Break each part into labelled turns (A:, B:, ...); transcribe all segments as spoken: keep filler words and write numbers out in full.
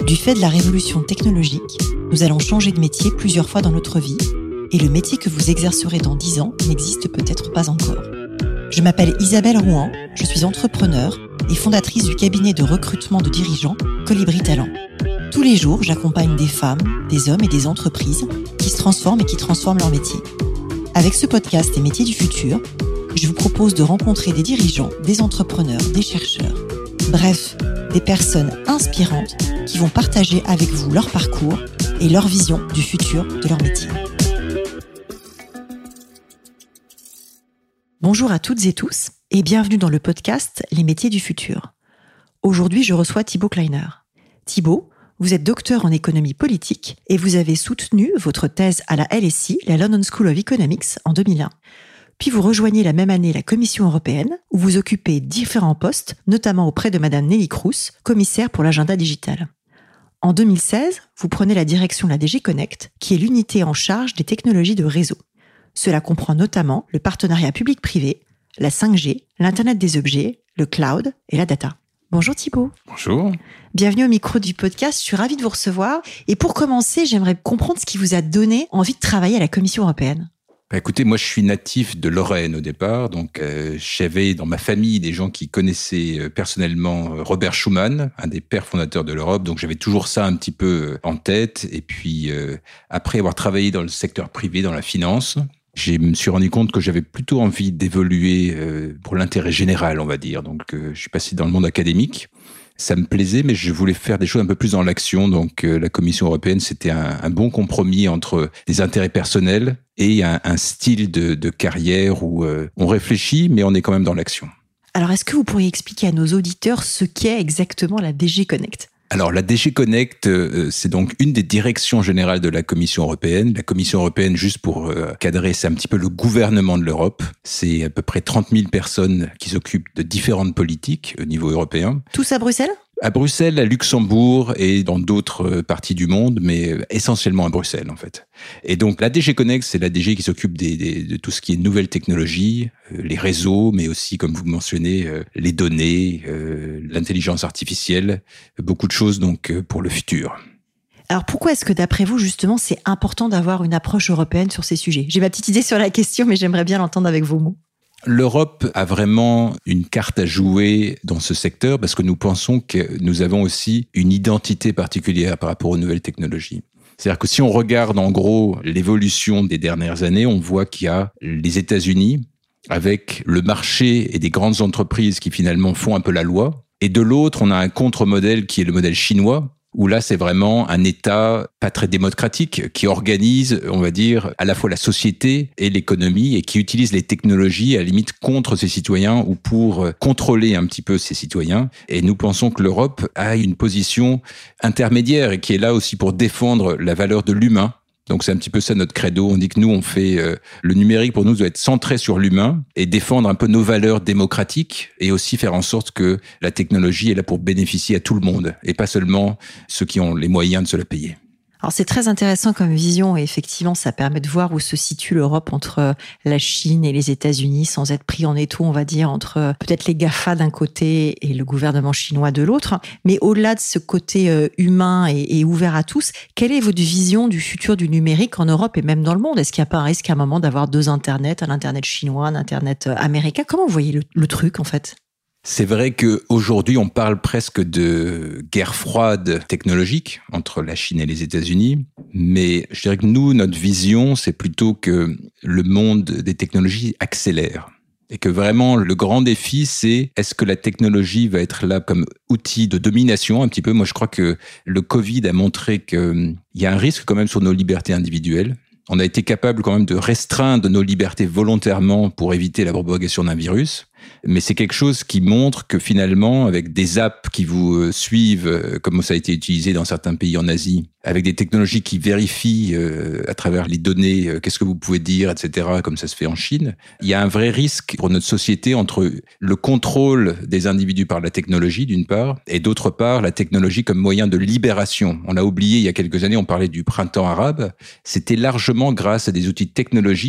A: Du fait de la révolution technologique, nous allons changer de métier plusieurs fois dans notre vie et le métier que vous exercerez dans dix ans n'existe peut-être pas encore. Je m'appelle Isabelle Rouen, je suis entrepreneure et fondatrice du cabinet de recrutement de dirigeants Colibri Talent. Tous les jours, j'accompagne des femmes, des hommes et des entreprises qui se transforment et qui transforment leur métier. Avec ce podcast Les métiers du futur, je vous propose de rencontrer des dirigeants, des entrepreneurs, des chercheurs, bref, des personnes inspirantes qui vont partager avec vous leur parcours et leur vision du futur de leur métier. Bonjour à toutes et tous et bienvenue dans le podcast Les métiers du futur. Aujourd'hui, je reçois Thibaut Kleiner. Thibaut, vous êtes docteur en économie politique et vous avez soutenu votre thèse à la L S I, la London School of Economics, en deux mille un. Puis vous rejoignez la même année la Commission européenne, où vous occupez différents postes, notamment auprès de Madame Neelie Kroes, commissaire pour l'agenda digital. En deux mille seize, vous prenez la direction de la D G Connect, qui est l'unité en charge des technologies de réseau. Cela comprend notamment le partenariat public-privé, la cinq G, l'Internet des objets, le cloud et la data. Bonjour Thibaut.
B: Bonjour.
A: Bienvenue au micro du podcast, je suis ravie de vous recevoir. Et pour commencer, j'aimerais comprendre ce qui vous a donné envie de travailler à la Commission européenne.
B: Bah écoutez, moi je suis natif de Lorraine au départ, donc euh, j'avais dans ma famille des gens qui connaissaient euh, personnellement euh, Robert Schuman, un des pères fondateurs de l'Europe, donc j'avais toujours ça un petit peu euh, en tête. Et puis euh, après avoir travaillé dans le secteur privé, dans la finance, je me suis rendu compte que j'avais plutôt envie d'évoluer euh, pour l'intérêt général, on va dire. Donc euh, je suis passé dans le monde académique. Ça me plaisait, mais je voulais faire des choses un peu plus dans l'action. Donc, euh, la Commission européenne, c'était un, un bon compromis entre des intérêts personnels et un, un style de, de carrière où euh, on réfléchit, mais on est quand même dans l'action.
A: Alors, est-ce que vous pourriez expliquer à nos auditeurs ce qu'est exactement la D G Connect ?
B: Alors, la D G Connect, euh, c'est donc une des directions générales de la Commission européenne. La Commission européenne, juste pour euh, cadrer, c'est un petit peu le gouvernement de l'Europe. C'est à peu près trente mille personnes qui s'occupent de différentes politiques au niveau européen.
A: Tous à Bruxelles ?
B: À Bruxelles, à Luxembourg et dans d'autres parties du monde, mais essentiellement à Bruxelles, en fait. Et donc, la D G Connect, c'est la D G qui s'occupe des, des, de tout ce qui est nouvelles technologies, euh, les réseaux, mais aussi, comme vous mentionnez, euh, les données, euh, l'intelligence artificielle, beaucoup de choses donc euh, pour le futur.
A: Alors pourquoi est-ce que d'après vous, justement, c'est important d'avoir une approche européenne sur ces sujets ? J'ai ma petite idée sur la question, mais j'aimerais bien l'entendre avec vos mots.
B: L'Europe a vraiment une carte à jouer dans ce secteur parce que nous pensons que nous avons aussi une identité particulière par rapport aux nouvelles technologies. C'est-à-dire que si on regarde en gros l'évolution des dernières années, on voit qu'il y a les États-Unis avec le marché et des grandes entreprises qui finalement font un peu la loi. Et de l'autre, on a un contre-modèle qui est le modèle chinois, où là, c'est vraiment un État pas très démocratique qui organise, on va dire, à la fois la société et l'économie et qui utilise les technologies à la limite contre ses citoyens ou pour contrôler un petit peu ses citoyens. Et nous pensons que l'Europe a une position intermédiaire et qui est là aussi pour défendre la valeur de l'humain. Donc c'est un petit peu ça notre credo. On dit que nous, on fait euh, le numérique pour nous doit être centré sur l'humain et défendre un peu nos valeurs démocratiques et aussi faire en sorte que la technologie est là pour bénéficier à tout le monde et pas seulement ceux qui ont les moyens de se la payer.
A: Alors c'est très intéressant comme vision et effectivement ça permet de voir où se situe l'Europe entre la Chine et les États-Unis sans être pris en étau, on va dire, entre peut-être les GAFA d'un côté et le gouvernement chinois de l'autre. Mais au-delà de ce côté humain et, et ouvert à tous, quelle est votre vision du futur du numérique en Europe et même dans le monde ? Est-ce qu'il n'y a pas un risque à un moment d'avoir deux Internets, un Internet chinois, un Internet américain ? Comment vous voyez le, le truc en fait ?
B: C'est vrai qu'aujourd'hui, on parle presque de guerre froide technologique entre la Chine et les États-Unis. Mais je dirais que nous, notre vision, c'est plutôt que le monde des technologies accélère. Et que vraiment, le grand défi, c'est est-ce que la technologie va être là comme outil de domination un petit peu ? Moi, je crois que le Covid a montré qu'il y a un risque quand même sur nos libertés individuelles. On a été capable quand même de restreindre nos libertés volontairement pour éviter la propagation d'un virus. Mais c'est quelque chose qui montre que finalement, avec des apps qui vous suivent, comme ça a été utilisé dans certains pays en Asie, avec des technologies qui vérifient euh, à travers les données, euh, qu'est-ce que vous pouvez dire, et cetera, comme ça se fait en Chine, il y a un vrai risque pour notre société entre le contrôle des individus par la technologie, d'une part, et d'autre part, la technologie comme moyen de libération. On a oublié, il y a quelques années, on parlait du printemps arabe. C'était largement grâce à des outils technologiques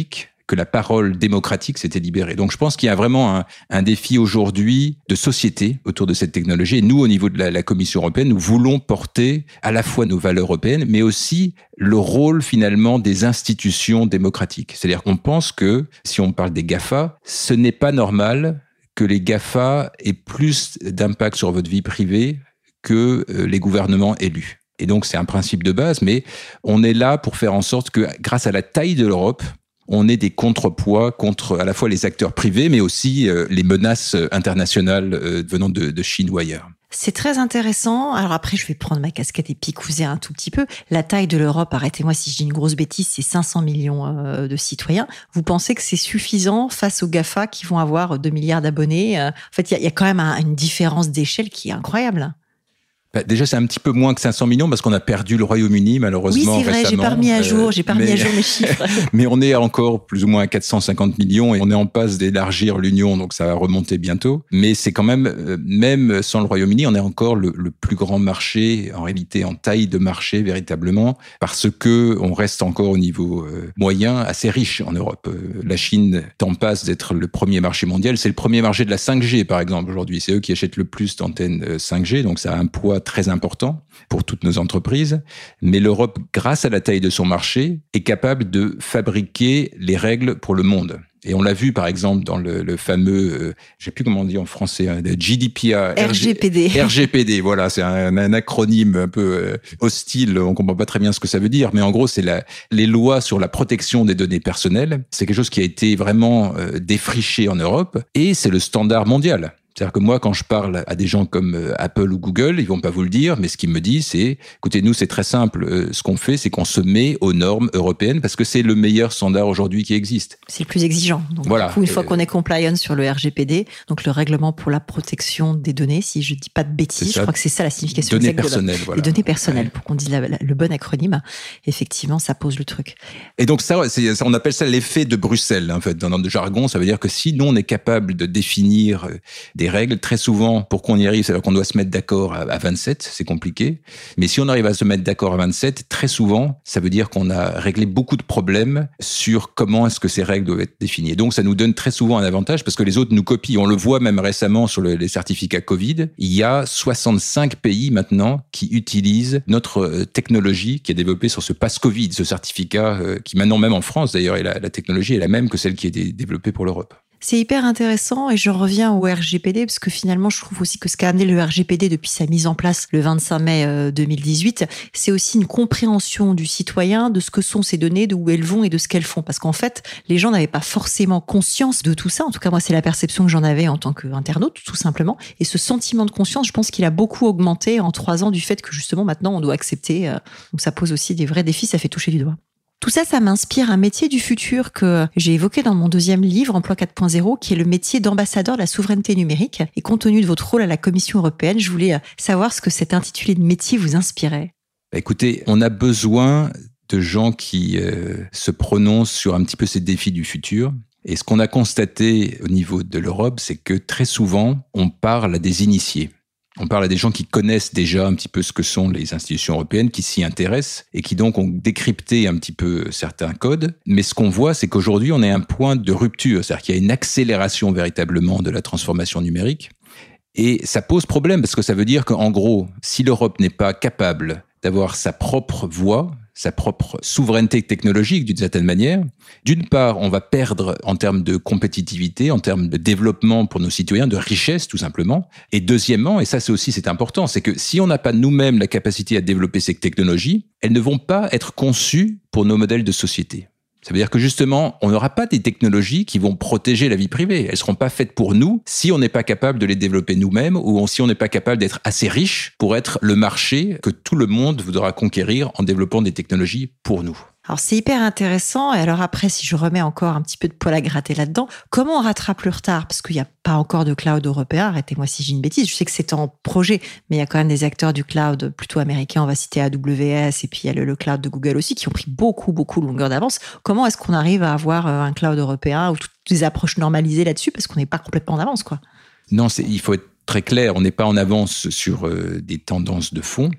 B: que la parole démocratique s'était libérée. Donc je pense qu'il y a vraiment un, un défi aujourd'hui de société autour de cette technologie. Et nous, au niveau de la, la Commission européenne, nous voulons porter à la fois nos valeurs européennes, mais aussi le rôle finalement des institutions démocratiques. C'est-à-dire qu'on pense que, si on parle des GAFA, ce n'est pas normal que les GAFA aient plus d'impact sur votre vie privée que les gouvernements élus. Et donc, c'est un principe de base, mais on est là pour faire en sorte que, grâce à la taille de l'Europe, on ait des contrepoids contre à la fois les acteurs privés, mais aussi euh, les menaces internationales euh, venant de, de Chine ou ailleurs.
A: C'est très intéressant. Alors après, je vais prendre ma casquette et picouser un tout petit peu. La taille de l'Europe, arrêtez-moi si je dis une grosse bêtise, c'est cinq cents millions euh, de citoyens. Vous pensez que c'est suffisant face aux GAFA qui vont avoir deux milliards d'abonnés? En fait, il y, y a quand même un, une différence d'échelle qui est incroyable.
B: Bah déjà, c'est un petit peu moins que cinq cents millions parce qu'on a perdu le Royaume-Uni, malheureusement,
A: oui, c'est vrai,
B: récemment.
A: j'ai pas remis à jour,
B: euh,
A: j'ai pas
B: mais,
A: remis à jour mes chiffres.
B: Mais on est encore plus ou moins à quatre cent cinquante millions et on est en passe d'élargir l'Union, donc ça va remonter bientôt. Mais c'est quand même, euh, même sans le Royaume-Uni, on est encore le, le plus grand marché, en réalité, en taille de marché, véritablement, parce que on reste encore au niveau euh, moyen assez riche en Europe. Euh, la Chine t'en passe d'être le premier marché mondial. C'est le premier marché de la cinq G, par exemple, aujourd'hui. C'est eux qui achètent le plus d'antennes cinq G, donc ça a un poids très important pour toutes nos entreprises, mais l'Europe, grâce à la taille de son marché, est capable de fabriquer les règles pour le monde. Et on l'a vu, par exemple, dans le, le fameux, euh, je sais plus comment on dit en français, hein, G D P R.
A: R G P D.
B: R G P D, voilà, c'est un, un acronyme un peu euh, hostile, on comprend pas très bien ce que ça veut dire, mais en gros, c'est la, les lois sur la protection des données personnelles. C'est quelque chose qui a été vraiment euh, défriché en Europe, et c'est le standard mondial. C'est-à-dire que moi, quand je parle à des gens comme Apple ou Google, ils vont pas vous le dire, mais ce qu'ils me disent, c'est, écoutez, nous, c'est très simple. Ce qu'on fait, c'est qu'on se met aux normes européennes parce que c'est le meilleur standard aujourd'hui qui existe.
A: C'est le plus exigeant. Donc,
B: voilà.
A: Du coup, une fois qu'on est compliant sur le R G P D, donc le règlement pour la protection des données, si je dis pas de bêtises, je crois que c'est ça la signification
B: données
A: exacte
B: personnelles,
A: de la,
B: voilà.
A: Les données personnelles,
B: ouais.
A: Pour qu'on dise la, la, le bon acronyme, effectivement, ça pose le truc.
B: Et donc ça, c'est, on appelle ça l'effet de Bruxelles, en fait. Dans notre jargon, ça veut dire que si nous, on est capable de définir des règles, très souvent, pour qu'on y arrive, c'est-à-dire qu'on doit se mettre d'accord à vingt-sept, c'est compliqué. Mais si on arrive à se mettre d'accord à vingt-sept, très souvent, ça veut dire qu'on a réglé beaucoup de problèmes sur comment est-ce que ces règles doivent être définies. Et donc, ça nous donne très souvent un avantage parce que les autres nous copient. On le voit même récemment sur le, les certificats Covid. Il y a soixante-cinq pays maintenant qui utilisent notre technologie qui est développée sur ce pass Covid, ce certificat euh, qui maintenant, même en France d'ailleurs, est la, la technologie est la même que celle qui a été développée pour l'Europe.
A: C'est hyper intéressant et je reviens au R G P D parce que finalement, je trouve aussi que ce qu'a amené le R G P D depuis sa mise en place le vingt-cinq mai deux mille dix-huit, c'est aussi une compréhension du citoyen de ce que sont ces données, d'où elles vont et de ce qu'elles font. Parce qu'en fait, les gens n'avaient pas forcément conscience de tout ça. En tout cas, moi, c'est la perception que j'en avais en tant qu'internaute, tout simplement. Et ce sentiment de conscience, je pense qu'il a beaucoup augmenté en trois ans du fait que justement, maintenant, on doit accepter. Donc, ça pose aussi des vrais défis, ça fait toucher du doigt. Tout ça, ça m'inspire un métier du futur que j'ai évoqué dans mon deuxième livre, Emploi quatre point zéro, qui est le métier d'ambassadeur de la souveraineté numérique. Et compte tenu de votre rôle à la Commission européenne, je voulais savoir ce que cet intitulé de métier vous inspirait.
B: Écoutez, on a besoin de gens qui euh, se prononcent sur un petit peu ces défis du futur. Et ce qu'on a constaté au niveau de l'Europe, c'est que très souvent, on parle à des initiés. On parle à des gens qui connaissent déjà un petit peu ce que sont les institutions européennes, qui s'y intéressent et qui donc ont décrypté un petit peu certains codes. Mais ce qu'on voit, c'est qu'aujourd'hui, on est à un point de rupture. C'est-à-dire qu'il y a une accélération véritablement de la transformation numérique. Et ça pose problème parce que ça veut dire qu'en gros, si l'Europe n'est pas capable d'avoir sa propre voix, sa propre souveraineté technologique d'une certaine manière. D'une part, on va perdre en termes de compétitivité, en termes de développement pour nos citoyens, de richesse tout simplement. Et deuxièmement, et ça c'est aussi c'est important, c'est que si on n'a pas nous-mêmes la capacité à développer ces technologies, elles ne vont pas être conçues pour nos modèles de société. Ça veut dire que justement, on n'aura pas des technologies qui vont protéger la vie privée. Elles ne seront pas faites pour nous si on n'est pas capable de les développer nous-mêmes ou si on n'est pas capable d'être assez riche pour être le marché que tout le monde voudra conquérir en développant des technologies pour nous.
A: Alors c'est hyper intéressant. Et alors après, si je remets encore un petit peu de poil à gratter là-dedans, comment on rattrape le retard? Parce qu'il n'y a pas encore de cloud européen. Arrêtez-moi si j'ai une bêtise. Je sais que c'est en projet, mais il y a quand même des acteurs du cloud plutôt américains. On va citer A W S et puis il y a le, le cloud de Google aussi qui ont pris beaucoup, beaucoup de longueur d'avance. Comment est-ce qu'on arrive à avoir un cloud européen ou toutes des approches normalisées là-dessus? Parce qu'on n'est pas complètement en avance, quoi.
B: Non, c'est, il faut être très clair. On n'est pas en avance sur euh, des tendances de fond.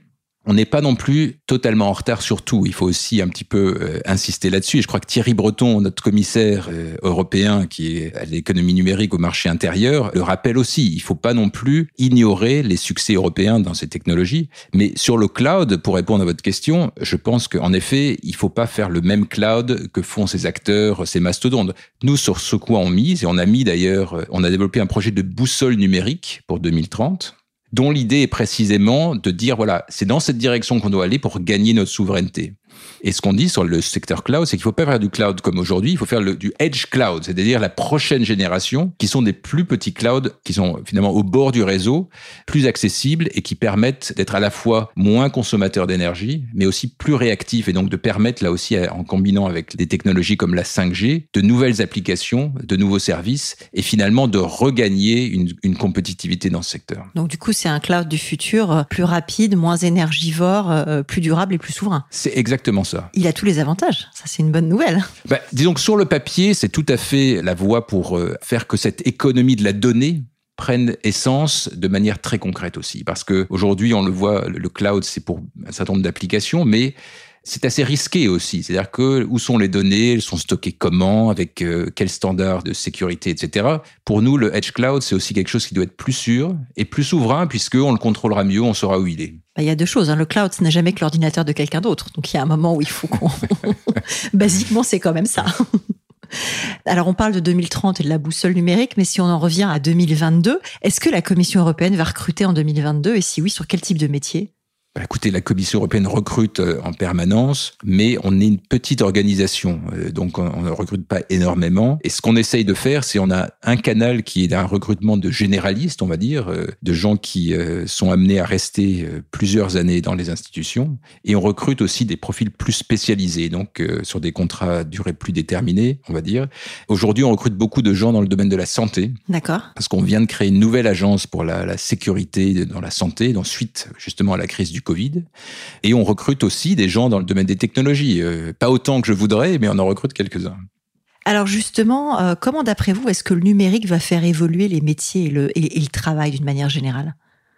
B: on n'est pas non plus totalement en retard sur tout. Il faut aussi un petit peu euh, insister là-dessus. Et je crois que Thierry Breton, notre commissaire euh, européen qui est à l'économie numérique, au marché intérieur, le rappelle aussi. Il ne faut pas non plus ignorer les succès européens dans ces technologies. Mais sur le cloud, pour répondre à votre question, je pense qu'en effet, il ne faut pas faire le même cloud que font ces acteurs, ces mastodontes. Nous, sur ce quoi on mise, et on a mis d'ailleurs, on a développé un projet de boussole numérique pour deux mille trente, dont l'idée est précisément de dire, voilà, c'est dans cette direction qu'on doit aller pour gagner notre souveraineté. Et ce qu'on dit sur le secteur cloud, c'est qu'il ne faut pas faire du cloud comme aujourd'hui, il faut faire le, du edge cloud, c'est-à-dire la prochaine génération, qui sont des plus petits clouds, qui sont finalement au bord du réseau, plus accessibles et qui permettent d'être à la fois moins consommateurs d'énergie, mais aussi plus réactifs, et donc de permettre là aussi, en combinant avec des technologies comme la cinq G, de nouvelles applications, de nouveaux services, et finalement de regagner une, une compétitivité dans ce secteur.
A: Donc du coup, c'est un cloud du futur, plus rapide, moins énergivore, plus durable et plus souverain.
B: C'est exactement ça.
A: Il a tous les avantages. Ça, c'est une bonne nouvelle.
B: Ben, disons que sur le papier, c'est tout à fait la voie pour euh, faire que cette économie de la donnée prenne essence de manière très concrète aussi. Parce qu'aujourd'hui, on le voit, le cloud, c'est pour un certain nombre d'applications, mais c'est assez risqué aussi. C'est-à-dire que où sont les données, elles sont stockées comment, avec euh, quels standards de sécurité, et cetera. Pour nous, le edge cloud, c'est aussi quelque chose qui doit être plus sûr et plus souverain, puisqu'on le contrôlera mieux, on saura où il est.
A: Il y a deux choses. Hein. Le cloud, ce n'est jamais que l'ordinateur de quelqu'un d'autre. Donc, il y a un moment où il faut qu'on... Basiquement, c'est quand même ça. Alors, on parle de deux mille trente et de la boussole numérique, mais si on en revient à deux mille vingt-deux, est-ce que la Commission européenne va recruter en deux mille vingt-deux? Et si oui, sur quel type de métier?
B: Bah, écoutez, la Commission européenne recrute en permanence, mais on est une petite organisation, donc on ne recrute pas énormément. Et ce qu'on essaye de faire, c'est on a un canal qui est un recrutement de généralistes, on va dire, de gens qui sont amenés à rester plusieurs années dans les institutions. Et on recrute aussi des profils plus spécialisés, donc sur des contrats à durée plus déterminée, on va dire. Aujourd'hui, on recrute beaucoup de gens dans le domaine de la santé.
A: D'accord.
B: Parce qu'on vient de créer une nouvelle agence pour la, la sécurité dans la santé, donc suite justement à la crise du Covid. Et on recrute aussi des gens dans le domaine des technologies. Euh, pas autant que je voudrais, mais on en recrute quelques-uns.
A: Alors justement, euh, comment d'après vous, est-ce que le numérique va faire évoluer les métiers et le, et, et le travail d'une manière générale ?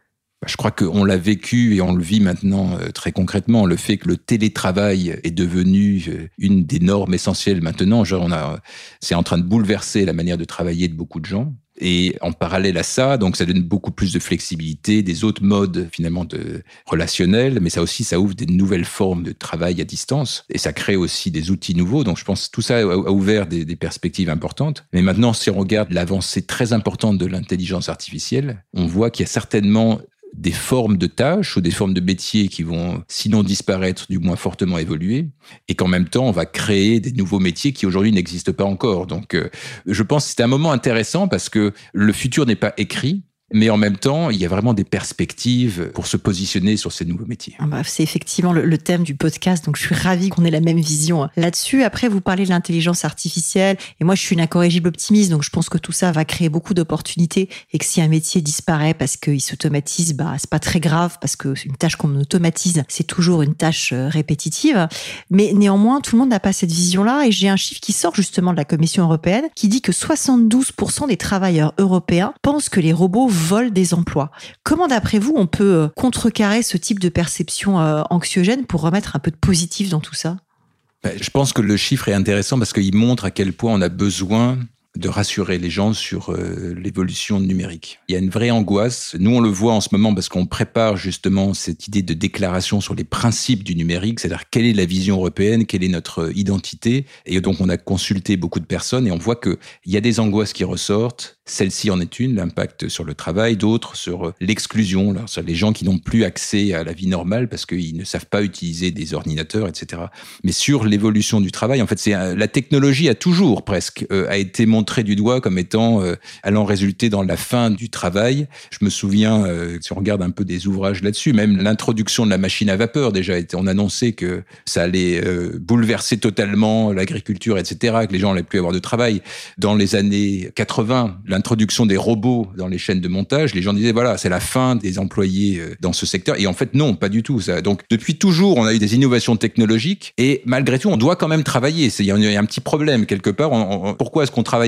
B: Je crois qu'on l'a vécu et on le vit maintenant euh, très concrètement. Le fait que le télétravail est devenu euh, une des normes essentielles maintenant, genre on a, c'est en train de bouleverser la manière de travailler de beaucoup de gens. Et en parallèle à ça, donc ça donne beaucoup plus de flexibilité, des autres modes finalement de relationnels, mais ça aussi, ça ouvre des nouvelles formes de travail à distance et ça crée aussi des outils nouveaux. Donc je pense que tout ça a ouvert des, des perspectives importantes. Mais maintenant, si on regarde l'avancée très importante de l'intelligence artificielle, on voit qu'il y a certainement des formes de tâches ou des formes de métiers qui vont, sinon disparaître, du moins fortement évoluer, et qu'en même temps, on va créer des nouveaux métiers qui aujourd'hui n'existent pas encore. Donc, euh, je pense que c'est un moment intéressant parce que le futur n'est pas écrit, mais en même temps, il y a vraiment des perspectives pour se positionner sur ces nouveaux métiers.
A: C'est effectivement le, le thème du podcast, donc je suis ravie qu'on ait la même vision là-dessus. Après, vous parlez de l'intelligence artificielle, et moi je suis une incorrigible optimiste, donc je pense que tout ça va créer beaucoup d'opportunités, et que si un métier disparaît parce qu'il s'automatise, bah, c'est pas très grave, parce que une tâche qu'on automatise, c'est toujours une tâche répétitive. Mais néanmoins, tout le monde n'a pas cette vision-là, et j'ai un chiffre qui sort justement de la Commission européenne, qui dit que soixante-douze pour cent des travailleurs européens pensent que les robots volent des emplois. Comment, d'après vous, on peut contrecarrer ce type de perception euh, anxiogène pour remettre un peu de positif dans tout ça ?
B: Ben, je pense que le chiffre est intéressant parce qu'il montre à quel point on a besoin de rassurer les gens sur euh, l'évolution numérique. Il y a une vraie angoisse. Nous, on le voit en ce moment parce qu'on prépare justement cette idée de déclaration sur les principes du numérique, c'est-à-dire quelle est la vision européenne, quelle est notre identité. Et donc, on a consulté beaucoup de personnes et on voit qu'il y a des angoisses qui ressortent. Celle-ci en est une, l'impact sur le travail, d'autres sur l'exclusion, là, sur les gens qui n'ont plus accès à la vie normale parce qu'ils ne savent pas utiliser des ordinateurs, et cetera. Mais sur l'évolution du travail, en fait, c'est la technologie a toujours presque euh, a été montrée du doigt comme étant euh, allant résulter dans la fin du travail. Je me souviens, euh, si on regarde un peu des ouvrages là-dessus, même l'introduction de la machine à vapeur déjà, était, on annonçait que ça allait euh, bouleverser totalement l'agriculture, et cetera, que les gens n'allaient plus avoir de travail. Dans les années quatre-vingts, l'introduction des robots dans les chaînes de montage, les gens disaient voilà, c'est la fin des employés dans ce secteur. Et en fait, non, pas du tout. Ça. Donc, depuis toujours, on a eu des innovations technologiques et malgré tout, on doit quand même travailler. Il y a un petit problème quelque part. On, on, pourquoi est-ce qu'on travaille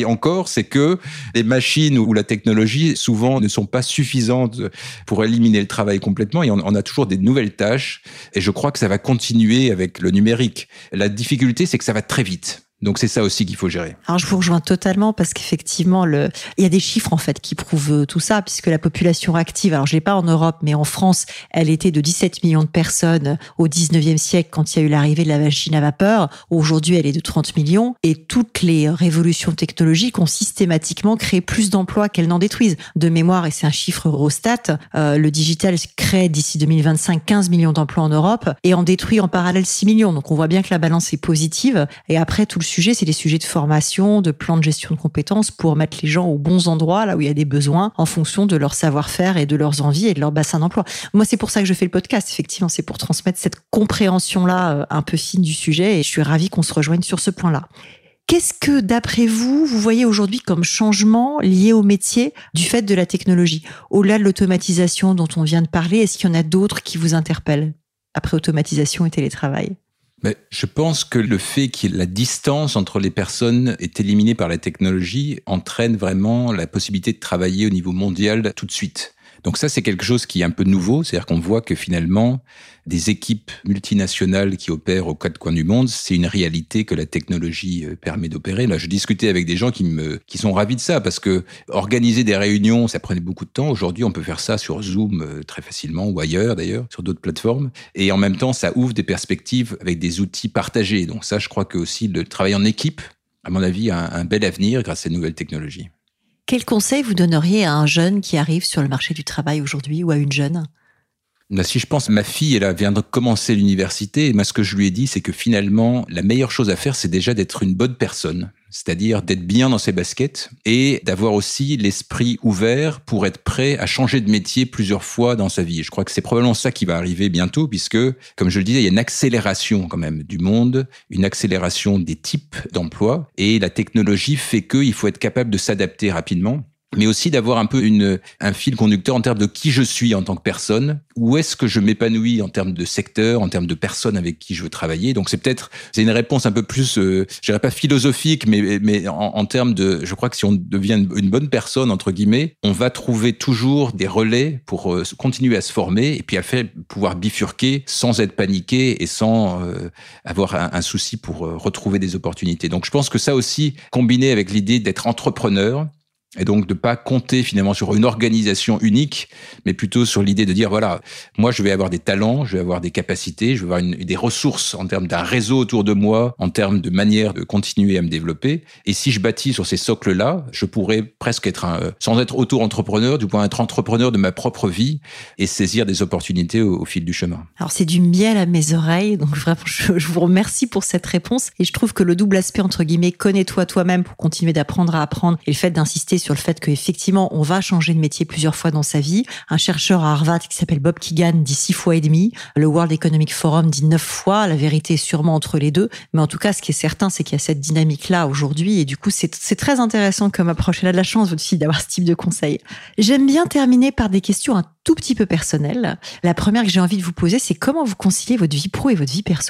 B: travail encore, c'est que les machines ou la technologie, souvent, ne sont pas suffisantes pour éliminer le travail complètement et on, on a toujours des nouvelles tâches et je crois que ça va continuer avec le numérique. La difficulté, c'est que ça va très vite. Donc c'est ça aussi qu'il faut gérer.
A: Alors je vous rejoins totalement parce qu'effectivement, le... il y a des chiffres en fait qui prouvent tout ça, puisque la population active, alors je l'ai pas en Europe, mais en France, elle était de dix-sept millions de personnes au dix-neuvième siècle quand il y a eu l'arrivée de la machine à vapeur. Aujourd'hui, elle est de trente millions et toutes les révolutions technologiques ont systématiquement créé plus d'emplois qu'elles n'en détruisent. De mémoire, et c'est un chiffre Eurostat, euh, le digital crée d'ici deux mille vingt-cinq quinze millions d'emplois en Europe et en détruit en parallèle six millions. Donc on voit bien que la balance est positive et après tout le sujet, c'est les sujets de formation, de plan de gestion de compétences pour mettre les gens aux bons endroits, là où il y a des besoins, en fonction de leur savoir-faire et de leurs envies et de leur bassin d'emploi. Moi, c'est pour ça que je fais le podcast. Effectivement, c'est pour transmettre cette compréhension-là un peu fine du sujet et je suis ravie qu'on se rejoigne sur ce point-là. Qu'est-ce que, d'après vous, vous voyez aujourd'hui comme changement lié au métier du fait de la technologie? Au-delà de l'automatisation dont on vient de parler, est-ce qu'il y en a d'autres qui vous interpellent après automatisation et télétravail?
B: Mais je pense que le fait que la distance entre les personnes est éliminée par la technologie entraîne vraiment la possibilité de travailler au niveau mondial tout de suite. Donc ça, c'est quelque chose qui est un peu nouveau, c'est-à-dire qu'on voit que finalement, des équipes multinationales qui opèrent aux quatre coins du monde, c'est une réalité que la technologie permet d'opérer. Là, je discutais avec des gens qui me, qui sont ravis de ça, parce que organiser des réunions, ça prenait beaucoup de temps. Aujourd'hui, on peut faire ça sur Zoom très facilement, ou ailleurs d'ailleurs, sur d'autres plateformes. Et en même temps, ça ouvre des perspectives avec des outils partagés. Donc ça, je crois que aussi le travail en équipe, à mon avis, a un, un bel avenir grâce à ces nouvelles technologies.
A: Quel conseil vous donneriez à un jeune qui arrive sur le marché du travail aujourd'hui ou à une jeune ?
B: Là, si je pense, ma fille, elle vient de commencer l'université, et moi, ce que je lui ai dit, c'est que finalement, la meilleure chose à faire, c'est déjà d'être une bonne personne. C'est-à-dire d'être bien dans ses baskets et d'avoir aussi l'esprit ouvert pour être prêt à changer de métier plusieurs fois dans sa vie. Et je crois que c'est probablement ça qui va arriver bientôt puisque, comme je le disais, il y a une accélération quand même du monde, une accélération des types d'emplois et la technologie fait qu'il faut être capable de s'adapter rapidement, mais aussi d'avoir un peu une, un fil conducteur en termes de qui je suis en tant que personne, où est-ce que je m'épanouis en termes de secteur, en termes de personnes avec qui je veux travailler. Donc c'est peut-être, c'est une réponse un peu plus, euh, je dirais pas philosophique, mais, mais en, en termes de, je crois que si on devient une bonne personne, entre guillemets, on va trouver toujours des relais pour euh, continuer à se former et puis à faire, pouvoir bifurquer sans être paniqué et sans euh, avoir un, un souci pour euh, retrouver des opportunités. Donc je pense que ça aussi, combiné avec l'idée d'être entrepreneur, et donc de pas compter finalement sur une organisation unique, mais plutôt sur l'idée de dire voilà, moi je vais avoir des talents, je vais avoir des capacités, je vais avoir une, des ressources en termes d'un réseau autour de moi, en termes de manière de continuer à me développer. Et si je bâtis sur ces socles-là, je pourrais presque être un, sans être auto-entrepreneur, du point être entrepreneur de ma propre vie et saisir des opportunités au, au fil du chemin.
A: Alors c'est du miel à mes oreilles, donc vraiment je, je vous remercie pour cette réponse. Et je trouve que le double aspect entre guillemets connais-toi toi-même pour continuer d'apprendre à apprendre et le fait d'insister sur le fait qu'effectivement, on va changer de métier plusieurs fois dans sa vie. Un chercheur à Harvard qui s'appelle Bob Keegan dit six fois et demi. Le World Economic Forum dit neuf fois. La vérité est sûrement entre les deux. Mais en tout cas, ce qui est certain, c'est qu'il y a cette dynamique-là aujourd'hui. Et du coup, c'est, c'est très intéressant comme approche. Elle a de la chance, votre fille, d'avoir ce type de conseils. J'aime bien terminer par des questions un tout petit peu personnelles. La première que j'ai envie de vous poser, c'est comment vous conciliez votre vie pro et votre vie perso ?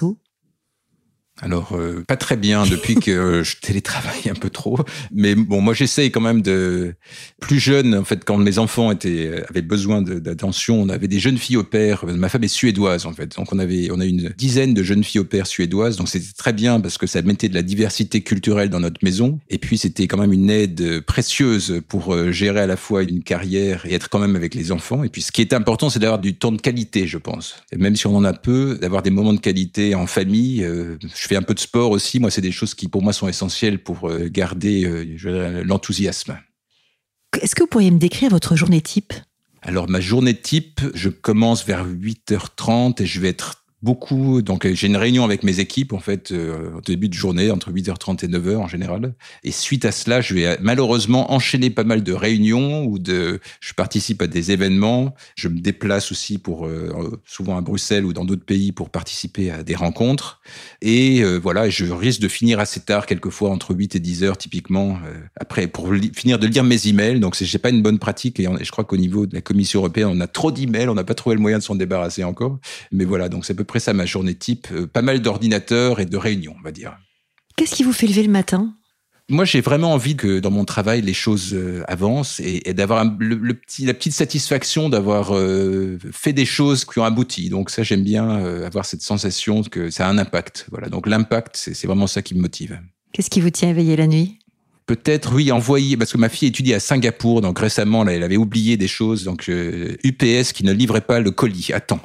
B: Alors, euh, pas très bien depuis que euh, je télétravaille un peu trop. Mais bon, moi, j'essaye quand même de... Plus jeune, en fait, quand mes enfants étaient, avaient besoin de, d'attention, on avait des jeunes filles au pair. Ma femme est suédoise, en fait. Donc, on avait on a une dizaine de jeunes filles au pair suédoises. Donc, c'était très bien parce que ça mettait de la diversité culturelle dans notre maison. Et puis, c'était quand même une aide précieuse pour euh, gérer à la fois une carrière et être quand même avec les enfants. Et puis, ce qui est important, c'est d'avoir du temps de qualité, je pense. Et même si on en a peu, d'avoir des moments de qualité en famille. Euh, je fais un peu de sport aussi. Moi, c'est des choses qui, pour moi, sont essentielles pour garder euh, je dirais, l'enthousiasme.
A: Est-ce que vous pourriez me décrire votre journée type ?
B: Alors, ma journée type, je commence vers huit heures trente et je vais être beaucoup, donc j'ai une réunion avec mes équipes en fait euh, au début de journée entre huit heures trente et neuf heures en général. Et suite à cela, je vais malheureusement enchaîner pas mal de réunions ou de, je participe à des événements. Je me déplace aussi pour euh, souvent à Bruxelles ou dans d'autres pays pour participer à des rencontres. Et euh, voilà, je risque de finir assez tard quelquefois entre huit et dix heures typiquement. Euh, après pour li- finir de lire mes emails, donc c'est, j'ai pas une bonne pratique et, on, et je crois qu'au niveau de la Commission européenne, on a trop d'emails, on n'a pas trouvé le moyen de s'en débarrasser encore. Mais voilà, donc c'est à peu près ça ma journée type, euh, pas mal d'ordinateurs et de réunions, on va dire.
A: Qu'est-ce qui vous fait lever le matin ?
B: Moi, j'ai vraiment envie que dans mon travail, les choses euh, avancent et, et d'avoir un, le, le petit, la petite satisfaction d'avoir euh, fait des choses qui ont abouti. Donc ça, j'aime bien euh, avoir cette sensation que ça a un impact. Voilà. Donc l'impact, c'est, c'est vraiment ça qui me motive.
A: Qu'est-ce qui vous tient éveillé la nuit ?
B: Peut-être, oui, envoyer, parce que ma fille étudie à Singapour, donc récemment, là, elle avait oublié des choses, donc euh, U P S qui ne livrait pas le colis à temps.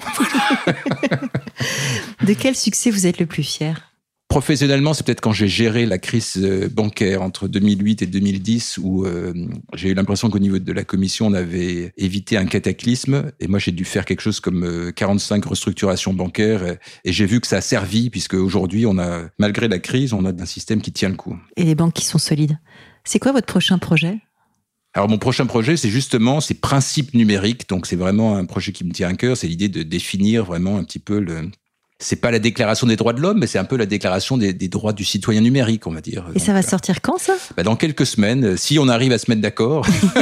A: De quel succès vous êtes le plus fier ?
B: Professionnellement, c'est peut-être quand j'ai géré la crise bancaire entre deux mille huit et deux mille dix, où euh, j'ai eu l'impression qu'au niveau de la commission, on avait évité un cataclysme. Et moi, j'ai dû faire quelque chose comme euh, quarante-cinq restructurations bancaires. Et, et j'ai vu que ça a servi, puisque aujourd'hui, on a, malgré la crise, on a un système qui tient le coup.
A: Et les banques qui sont solides. C'est quoi votre prochain projet ?
B: Alors, mon prochain projet, c'est justement ces principes numériques. Donc, c'est vraiment un projet qui me tient à cœur. C'est l'idée de définir vraiment un petit peu le... C'est pas la déclaration des droits de l'homme, mais c'est un peu la déclaration des, des droits du citoyen numérique, on va dire.
A: Et
B: Donc,
A: ça va sortir quand, ça ?
B: bah dans quelques semaines, si on arrive à se mettre d'accord.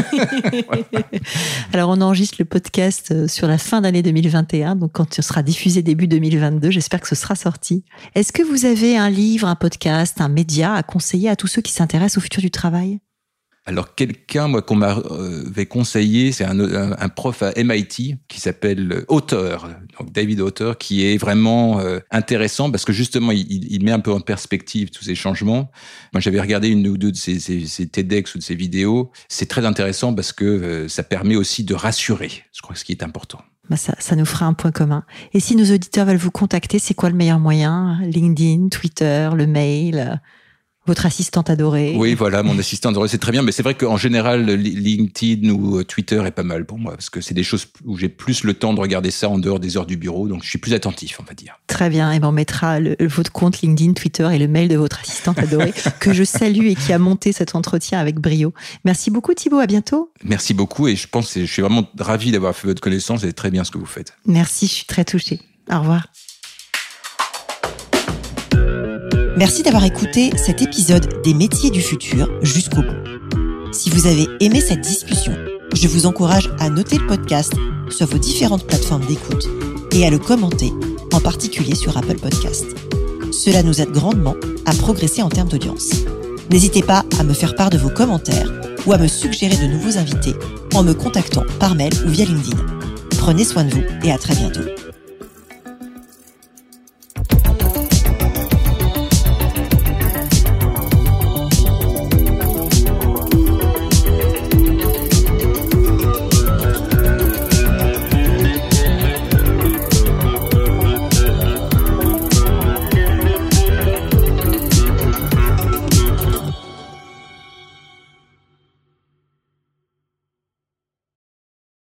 A: Alors, on enregistre le podcast sur la fin d'année deux mille vingt et un, donc quand ce sera diffusé début deux mille vingt-deux, j'espère que ce sera sorti. Est-ce que vous avez un livre, un podcast, un média à conseiller à tous ceux qui s'intéressent au futur du travail ?
B: Alors, quelqu'un, moi, qu'on m'avait conseillé, c'est un, un, un prof à M I T qui s'appelle Auter, donc David Auter, qui est vraiment euh, intéressant parce que justement, il, il met un peu en perspective tous ces changements. Moi, j'avais regardé une ou deux de ses, ses, ses TEDx ou de ses vidéos. C'est très intéressant parce que euh, ça permet aussi de rassurer, je crois que ce qui est important.
A: Bah ça, ça nous fera un point commun. Et si nos auditeurs veulent vous contacter, c'est quoi le meilleur moyen ? LinkedIn, Twitter, le mail ? Votre assistante adorée.
B: Oui, voilà, mon assistante adorée, c'est très bien. Mais c'est vrai qu'en général, LinkedIn ou Twitter est pas mal pour moi, parce que c'est des choses où j'ai plus le temps de regarder ça en dehors des heures du bureau, donc je suis plus attentif, on va dire.
A: Très bien, et ben on mettra le, votre compte LinkedIn, Twitter et le mail de votre assistante adorée, que je salue et qui a monté cet entretien avec brio. Merci beaucoup Thibaut, à bientôt.
B: Merci beaucoup, et je pense que je suis vraiment ravi d'avoir fait votre connaissance, et c'est très bien ce que vous faites.
A: Merci, je suis très touchée. Au revoir. Merci d'avoir écouté cet épisode des métiers du futur jusqu'au bout. Si vous avez aimé cette discussion, je vous encourage à noter le podcast sur vos différentes plateformes d'écoute et à le commenter, en particulier sur Apple Podcasts. Cela nous aide grandement à progresser en termes d'audience. N'hésitez pas à me faire part de vos commentaires ou à me suggérer de nouveaux invités en me contactant par mail ou via LinkedIn. Prenez soin de vous et à très bientôt.